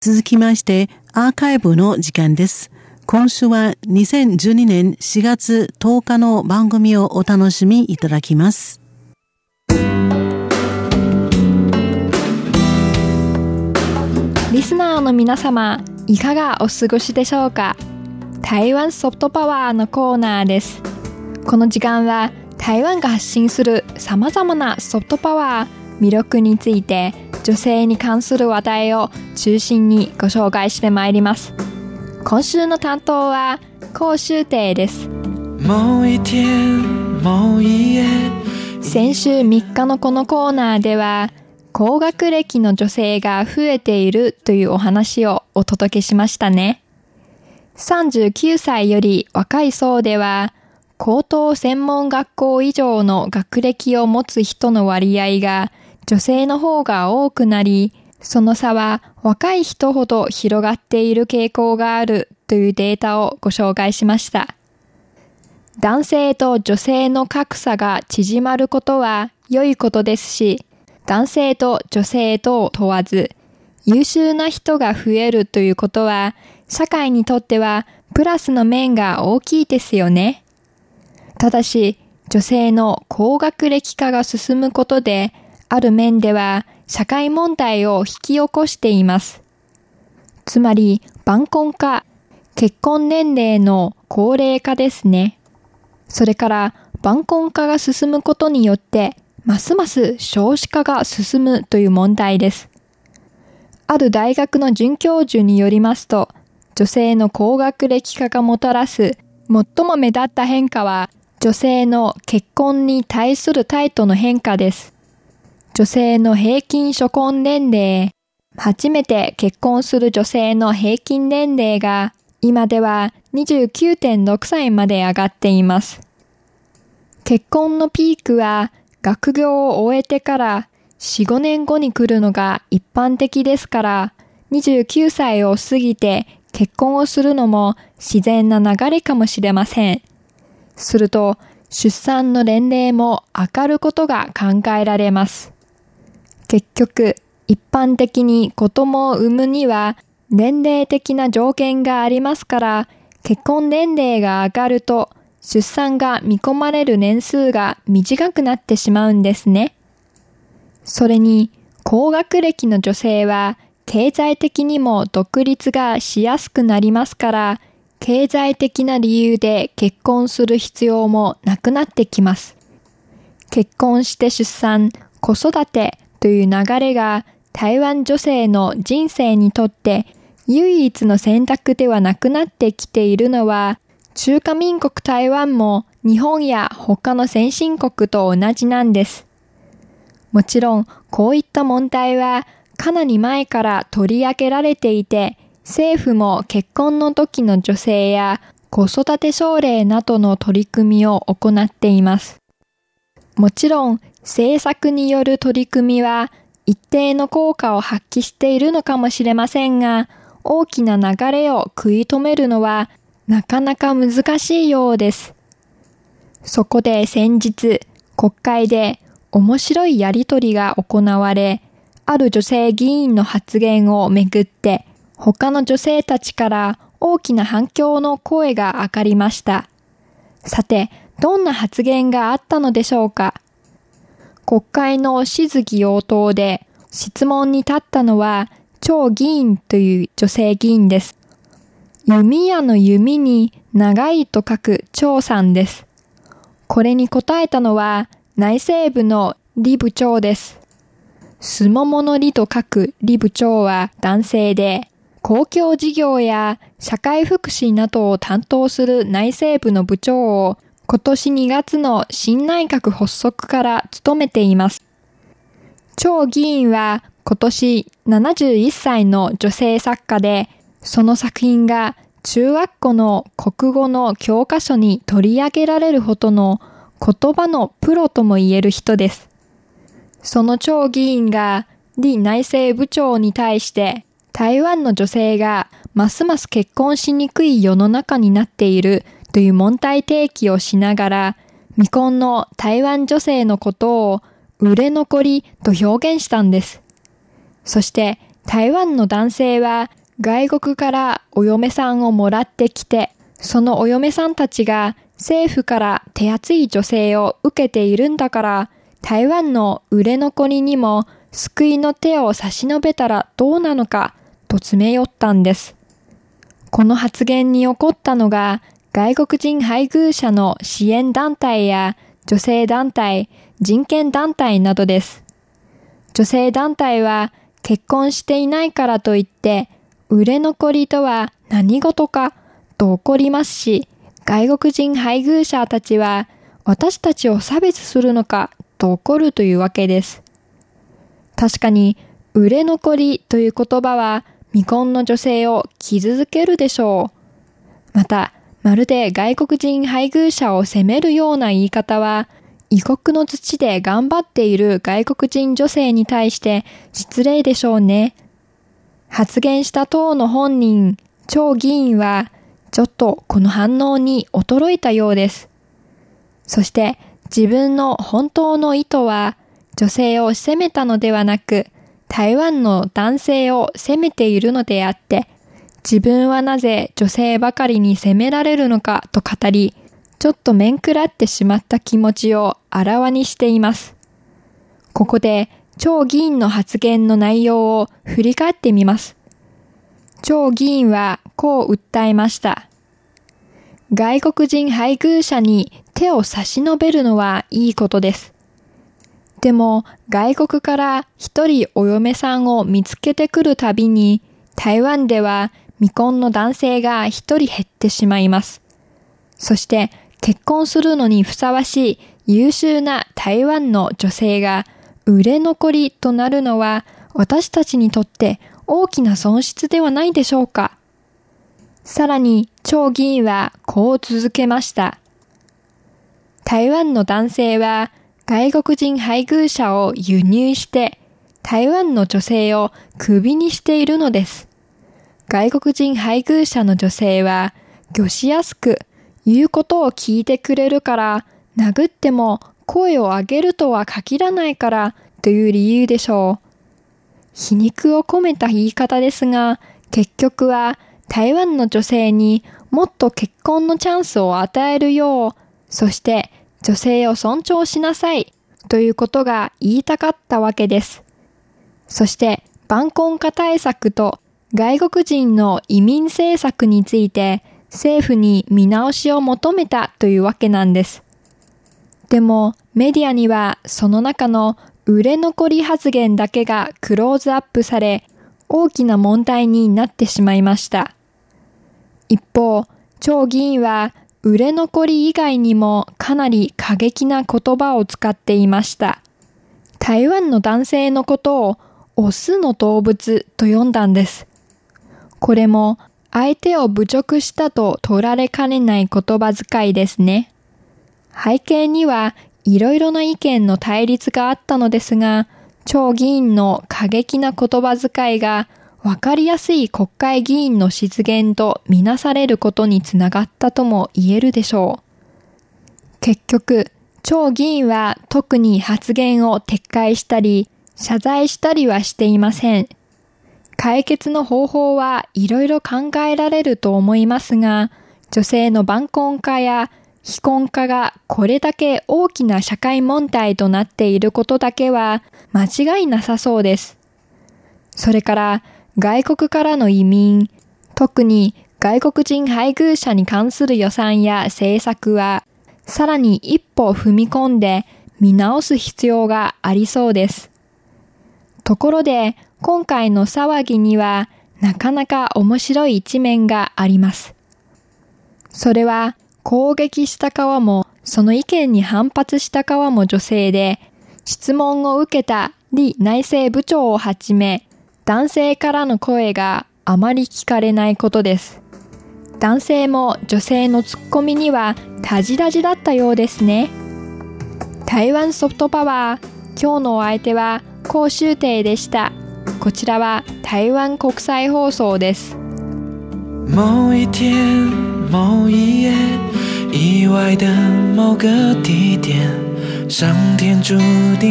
続きましてアーカイブの時間です。今週は2012年4月10日の番組をお楽しみいただきます。 リスナーの皆様、いかがお過ごしでしょうか。台湾ソフトパワーのコーナーです。この時間は台湾が発信する様々なソフトパワー、魅力について女性に関する話題を中心にご紹介してまいります。今週の担当は高秀定です。先週3日のこのコーナーでは高学歴の女性が増えているというお話をお届けしましたね。39歳より若い層では高等専門学校以上の学歴を持つ人の割合が女性の方が多くなり、その差は若い人ほど広がっている傾向があるというデータをご紹介しました。男性と女性の格差が縮まることは良いことですし、男性と女性とを問わず、優秀な人が増えるということは、社会にとってはプラスの面が大きいですよね。ただし、女性の高学歴化が進むことで、ある面では社会問題を引き起こしています。つまり、晩婚化、結婚年齢の高齢化ですね。それから晩婚化が進むことによって、ますます少子化が進むという問題です。ある大学の准教授によりますと、女性の高学歴化がもたらす最も目立った変化は、女性の結婚に対する態度の変化です。女性の平均初婚年齢、初めて結婚する女性の平均年齢が今では 29.6 歳まで上がっています。結婚のピークは学業を終えてから4、5年後に来るのが一般的ですから、29歳を過ぎて結婚をするのも自然な流れかもしれません。すると、出産の年齢も上がることが考えられます。結局、一般的に子供を産むには年齢的な条件がありますから、結婚年齢が上がると出産が見込まれる年数が短くなってしまうんですね。それに、高学歴の女性は経済的にも独立がしやすくなりますから、経済的な理由で結婚する必要もなくなってきます。結婚して出産、子育てという流れが台湾女性の人生にとって唯一の選択ではなくなってきているのは、中華民国台湾も日本や他の先進国と同じなんです。もちろんこういった問題はかなり前から取り上げられていて、政府も結婚の時の女性や子育て奨励などの取り組みを行っています。もちろん政策による取り組みは一定の効果を発揮しているのかもしれませんが、大きな流れを食い止めるのはなかなか難しいようです。そこで先日、国会で面白いやりとりが行われ、ある女性議員の発言をめぐって、他の女性たちから大きな反響の声が上がりました。さて、どんな発言があったのでしょうか。国会の質疑応答で質問に立ったのは、張議員という女性議員です。弓矢の弓に長いと書く張さんです。これに答えたのは内政部の李部長です。すももの李と書く李部長は男性で、公共事業や社会福祉などを担当する内政部の部長を今年2月の新内閣発足から務めています。張議員は今年71歳の女性作家で、その作品が中学校の国語の教科書に取り上げられるほどの言葉のプロとも言える人です。その張議員が李内政部長に対して台湾の女性がますます結婚しにくい世の中になっているという問題提起をしながら、未婚の台湾女性のことを売れ残りと表現したんです。そして台湾の男性は外国からお嫁さんをもらってきて、そのお嫁さんたちが政府から手厚い女性を受けているんだから、台湾の売れ残りにも救いの手を差し伸べたらどうなのかと詰め寄ったんです。この発言に怒ったのが外国人配偶者の支援団体や女性団体、人権団体などです。女性団体は結婚していないからといって売れ残りとは何事かと怒りますし、外国人配偶者たちは私たちを差別するのかと怒るというわけです。確かに売れ残りという言葉は未婚の女性を傷つけるでしょう。また、まるで外国人配偶者を責めるような言い方は、異国の土で頑張っている外国人女性に対して失礼でしょうね。発言した党の本人、張議員は、ちょっとこの反応に驚いたようです。そして自分の本当の意図は、女性を責めたのではなく、台湾の男性を責めているのであって、自分はなぜ女性ばかりに責められるのかと語り、ちょっと面食らってしまった気持ちをあらわにしています。ここで張議員の発言の内容を振り返ってみます。張議員はこう訴えました。外国人配偶者に手を差し伸べるのはいいことです。でも外国から一人お嫁さんを見つけてくるたびに、台湾では未婚の男性が一人減ってしまいます。そして結婚するのにふさわしい優秀な台湾の女性が売れ残りとなるのは私たちにとって大きな損失ではないでしょうか。さらに張議員はこう続けました。台湾の男性は外国人配偶者を輸入して台湾の女性をクビにしているのです。外国人配偶者の女性は御しやすく言うことを聞いてくれるから、殴っても声を上げるとは限らないからという理由でしょう。皮肉を込めた言い方ですが、結局は台湾の女性にもっと結婚のチャンスを与えるよう、そして女性を尊重しなさいということが言いたかったわけです。そして晩婚化対策と外国人の移民政策について政府に見直しを求めたというわけなんです。でもメディアにはその中の売れ残り発言だけがクローズアップされ、大きな問題になってしまいました。一方、張議員は売れ残り以外にもかなり過激な言葉を使っていました。台湾の男性のことをオスの動物と呼んだんです。これも相手を侮辱したと取られかねない言葉遣いですね。背景にはいろいろな意見の対立があったのですが、張議員の過激な言葉遣いがわかりやすい国会議員の失言とみなされることにつながったとも言えるでしょう。結局、張議員は特に発言を撤回したり、謝罪したりはしていません。解決の方法はいろいろ考えられると思いますが、女性の晩婚化や非婚化がこれだけ大きな社会問題となっていることだけは間違いなさそうです。それから外国からの移民、特に外国人配偶者に関する予算や政策はさらに一歩踏み込んで見直す必要がありそうです。ところで今回の騒ぎにはなかなか面白い一面があります。それは攻撃した側もその意見に反発した側も女性で、質問を受けた李内政部長をはじめ男性からの声があまり聞かれないことです。男性も女性のツッコミにはタジタジだったようですね。台湾ソフトパワー、今日のお相手は高秀定でした。こちらは台湾国際放送です。 某一天某一夜意外的某个地点上天注定